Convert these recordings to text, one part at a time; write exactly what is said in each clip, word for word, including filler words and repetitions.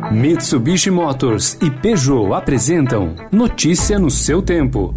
Mitsubishi Motors e Peugeot apresentam Notícia no seu tempo.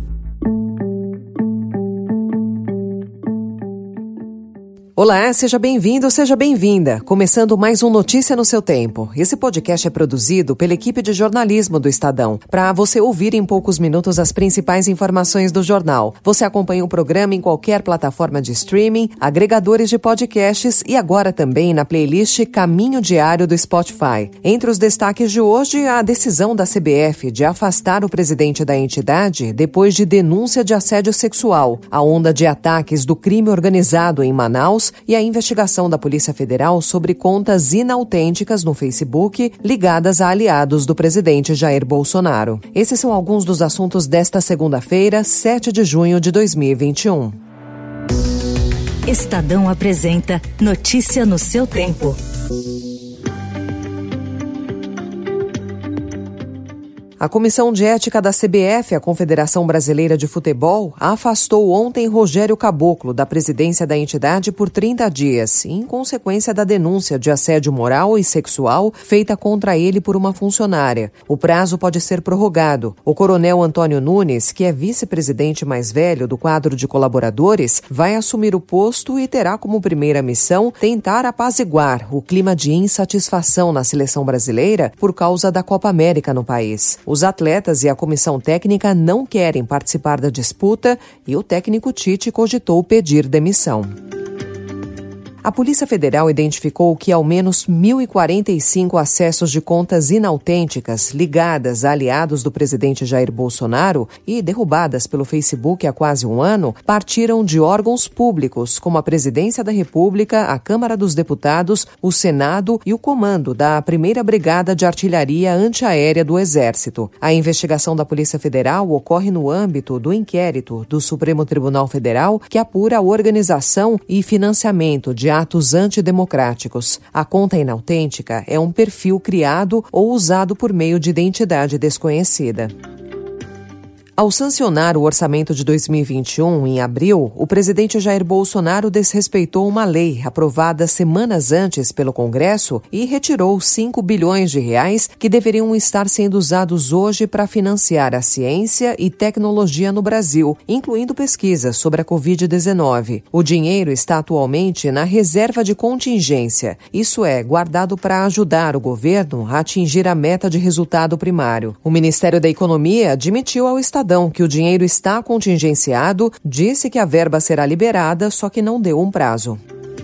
Olá, seja bem-vindo, seja bem-vinda. Começando mais um Notícia no seu tempo. Esse podcast é produzido pela equipe de jornalismo do Estadão, para você ouvir em poucos minutos as principais informações do jornal. Você acompanha o programa em qualquer plataforma de streaming, agregadores de podcasts e agora também na playlist Caminho Diário do Spotify. Entre os destaques de hoje, a decisão da C B F de afastar o presidente da entidade depois de denúncia de assédio sexual, a onda de ataques do crime organizado em Manaus e a investigação da Polícia Federal sobre contas inautênticas no Facebook ligadas a aliados do presidente Jair Bolsonaro. Esses são alguns dos assuntos desta segunda-feira, sete de junho de dois mil e vinte e um. Estadão apresenta Notícia no seu tempo. A Comissão de Ética da C B F, a Confederação Brasileira de Futebol, afastou ontem Rogério Caboclo da presidência da entidade por trinta dias, em consequência da denúncia de assédio moral e sexual feita contra ele por uma funcionária. O prazo pode ser prorrogado. O coronel Antônio Nunes, que é vice-presidente mais velho do quadro de colaboradores, vai assumir o posto e terá como primeira missão tentar apaziguar o clima de insatisfação na seleção brasileira por causa da Copa América no país. Os atletas e a comissão técnica não querem participar da disputa e o técnico Tite cogitou pedir demissão. A Polícia Federal identificou que ao menos mil e quarenta e cinco acessos de contas inautênticas ligadas a aliados do presidente Jair Bolsonaro e derrubadas pelo Facebook há quase um ano partiram de órgãos públicos, como a Presidência da República, a Câmara dos Deputados, o Senado e o comando da primeira Brigada de Artilharia Antiaérea do Exército. A investigação da Polícia Federal ocorre no âmbito do inquérito do Supremo Tribunal Federal que apura a organização e financiamento de atos antidemocráticos. A conta inautêntica é um perfil criado ou usado por meio de identidade desconhecida. Ao sancionar o orçamento de dois mil e vinte e um, em abril, o presidente Jair Bolsonaro desrespeitou uma lei aprovada semanas antes pelo Congresso e retirou cinco bilhões de reais que deveriam estar sendo usados hoje para financiar a ciência e tecnologia no Brasil, incluindo pesquisas sobre a covid dezenove. O dinheiro está atualmente na reserva de contingência, isso é, guardado para ajudar o governo a atingir a meta de resultado primário. O Ministério da Economia admitiu ao Estado que o dinheiro está contingenciado, disse que a verba será liberada, só que não deu um prazo.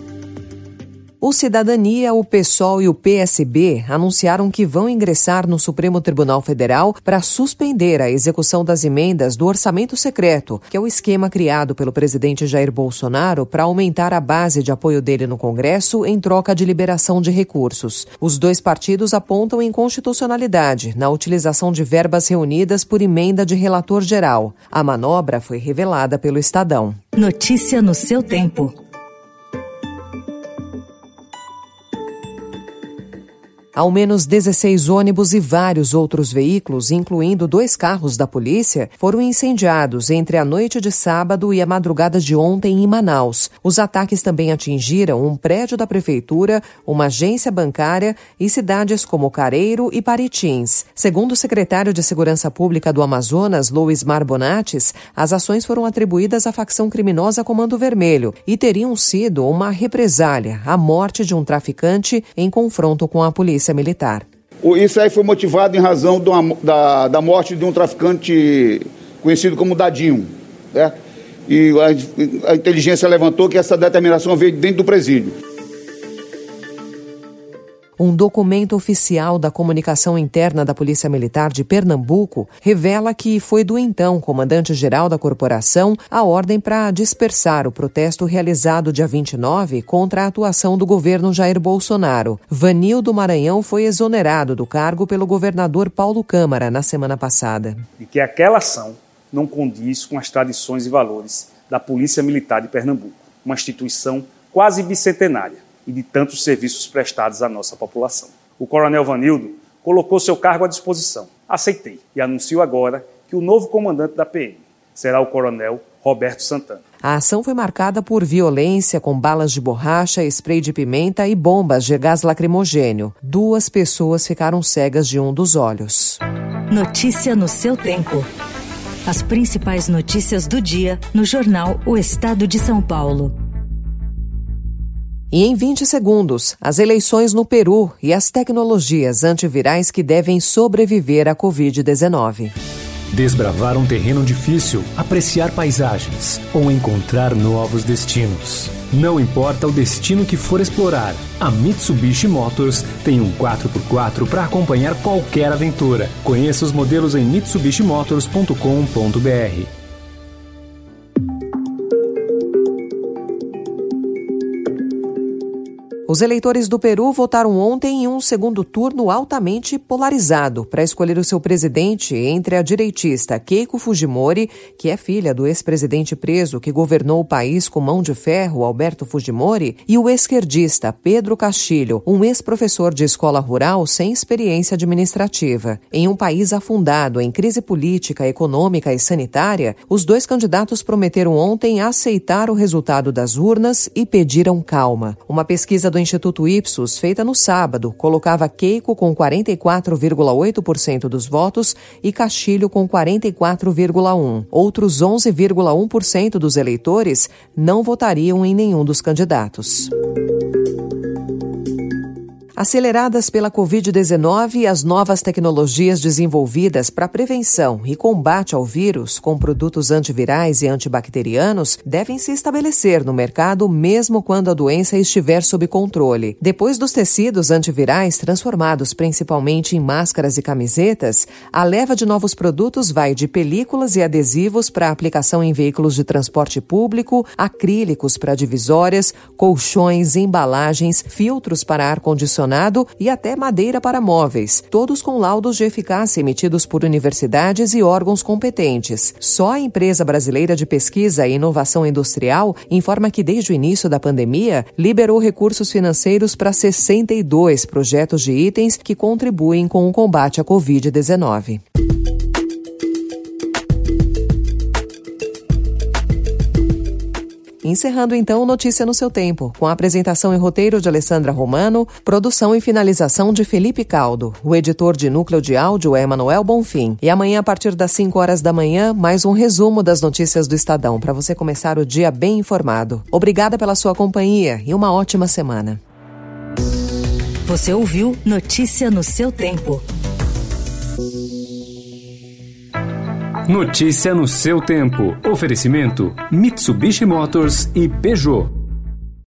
O Cidadania, o PSOL e o P S B anunciaram que vão ingressar no Supremo Tribunal Federal para suspender a execução das emendas do orçamento secreto, que é o esquema criado pelo presidente Jair Bolsonaro para aumentar a base de apoio dele no Congresso em troca de liberação de recursos. Os dois partidos apontam inconstitucionalidade na utilização de verbas reunidas por emenda de relator geral. A manobra foi revelada pelo Estadão. Notícia no seu tempo. Ao menos dezesseis ônibus e vários outros veículos, incluindo dois carros da polícia, foram incendiados entre a noite de sábado e a madrugada de ontem em Manaus. Os ataques também atingiram um prédio da prefeitura, uma agência bancária e cidades como Careiro e Paritins. Segundo o secretário de Segurança Pública do Amazonas, Luiz Marbonates, as ações foram atribuídas à facção criminosa Comando Vermelho e teriam sido uma represália à morte de um traficante em confronto com a polícia militar. Isso aí foi motivado em razão do, da, da morte de um traficante conhecido como Dadinho, né? E a, a inteligência levantou que essa determinação veio dentro do presídio. Um documento oficial da comunicação interna da Polícia Militar de Pernambuco revela que foi do então comandante-geral da corporação a ordem para dispersar o protesto realizado dia vinte e nove contra a atuação do governo Jair Bolsonaro. Vanildo Maranhão foi exonerado do cargo pelo governador Paulo Câmara na semana passada. E que aquela ação não condiz com as tradições e valores da Polícia Militar de Pernambuco, uma instituição quase bicentenária e de tantos serviços prestados à nossa população. O coronel Vanildo colocou seu cargo à disposição. Aceitei e anuncio agora que o novo comandante da P M será o coronel Roberto Santana. A ação foi marcada por violência com balas de borracha, spray de pimenta e bombas de gás lacrimogênio. Duas pessoas ficaram cegas de um dos olhos. Notícia no seu tempo. As principais notícias do dia no jornal O Estado de São Paulo. E em vinte segundos, as eleições no Peru e as tecnologias antivirais que devem sobreviver à covid dezenove. Desbravar um terreno difícil, apreciar paisagens ou encontrar novos destinos. Não importa o destino que for explorar, a Mitsubishi Motors tem um quatro por quatro para acompanhar qualquer aventura. Conheça os modelos em mitsubishi motors ponto com ponto b r. Os eleitores do Peru votaram ontem em um segundo turno altamente polarizado para escolher o seu presidente entre a direitista Keiko Fujimori, que é filha do ex-presidente preso que governou o país com mão de ferro, Alberto Fujimori, e o esquerdista Pedro Castilho, um ex-professor de escola rural sem experiência administrativa. Em um país afundado em crise política, econômica e sanitária, os dois candidatos prometeram ontem aceitar o resultado das urnas e pediram calma. Uma pesquisa do Instituto Ipsos, feita no sábado, colocava Keiko com quarenta e quatro vírgula oito por cento dos votos e Castilho com quarenta e quatro vírgula um por cento. Outros onze vírgula um por cento dos eleitores não votariam em nenhum dos candidatos. Aceleradas pela covid dezenove, as novas tecnologias desenvolvidas para prevenção e combate ao vírus, com produtos antivirais e antibacterianos, devem se estabelecer no mercado mesmo quando a doença estiver sob controle. Depois dos tecidos antivirais transformados principalmente em máscaras e camisetas, a leva de novos produtos vai de películas e adesivos para aplicação em veículos de transporte público, acrílicos para divisórias, colchões, embalagens, filtros para ar-condicionado e até madeira para móveis, todos com laudos de eficácia emitidos por universidades e órgãos competentes. Só a Empresa Brasileira de Pesquisa e Inovação Industrial informa que desde o início da pandemia liberou recursos financeiros para sessenta e dois projetos de itens que contribuem com o combate à covid dezenove. Encerrando então Notícia no seu tempo, com a apresentação e roteiro de Alessandra Romano, produção e finalização de Felipe Caldo. O editor de núcleo de áudio é Emanuel Bonfim. E amanhã, a partir das cinco horas da manhã, mais um resumo das notícias do Estadão, para você começar o dia bem informado. Obrigada pela sua companhia e uma ótima semana. Você ouviu Notícia no seu tempo. Notícia no seu tempo. Oferecimento Mitsubishi Motors e Peugeot.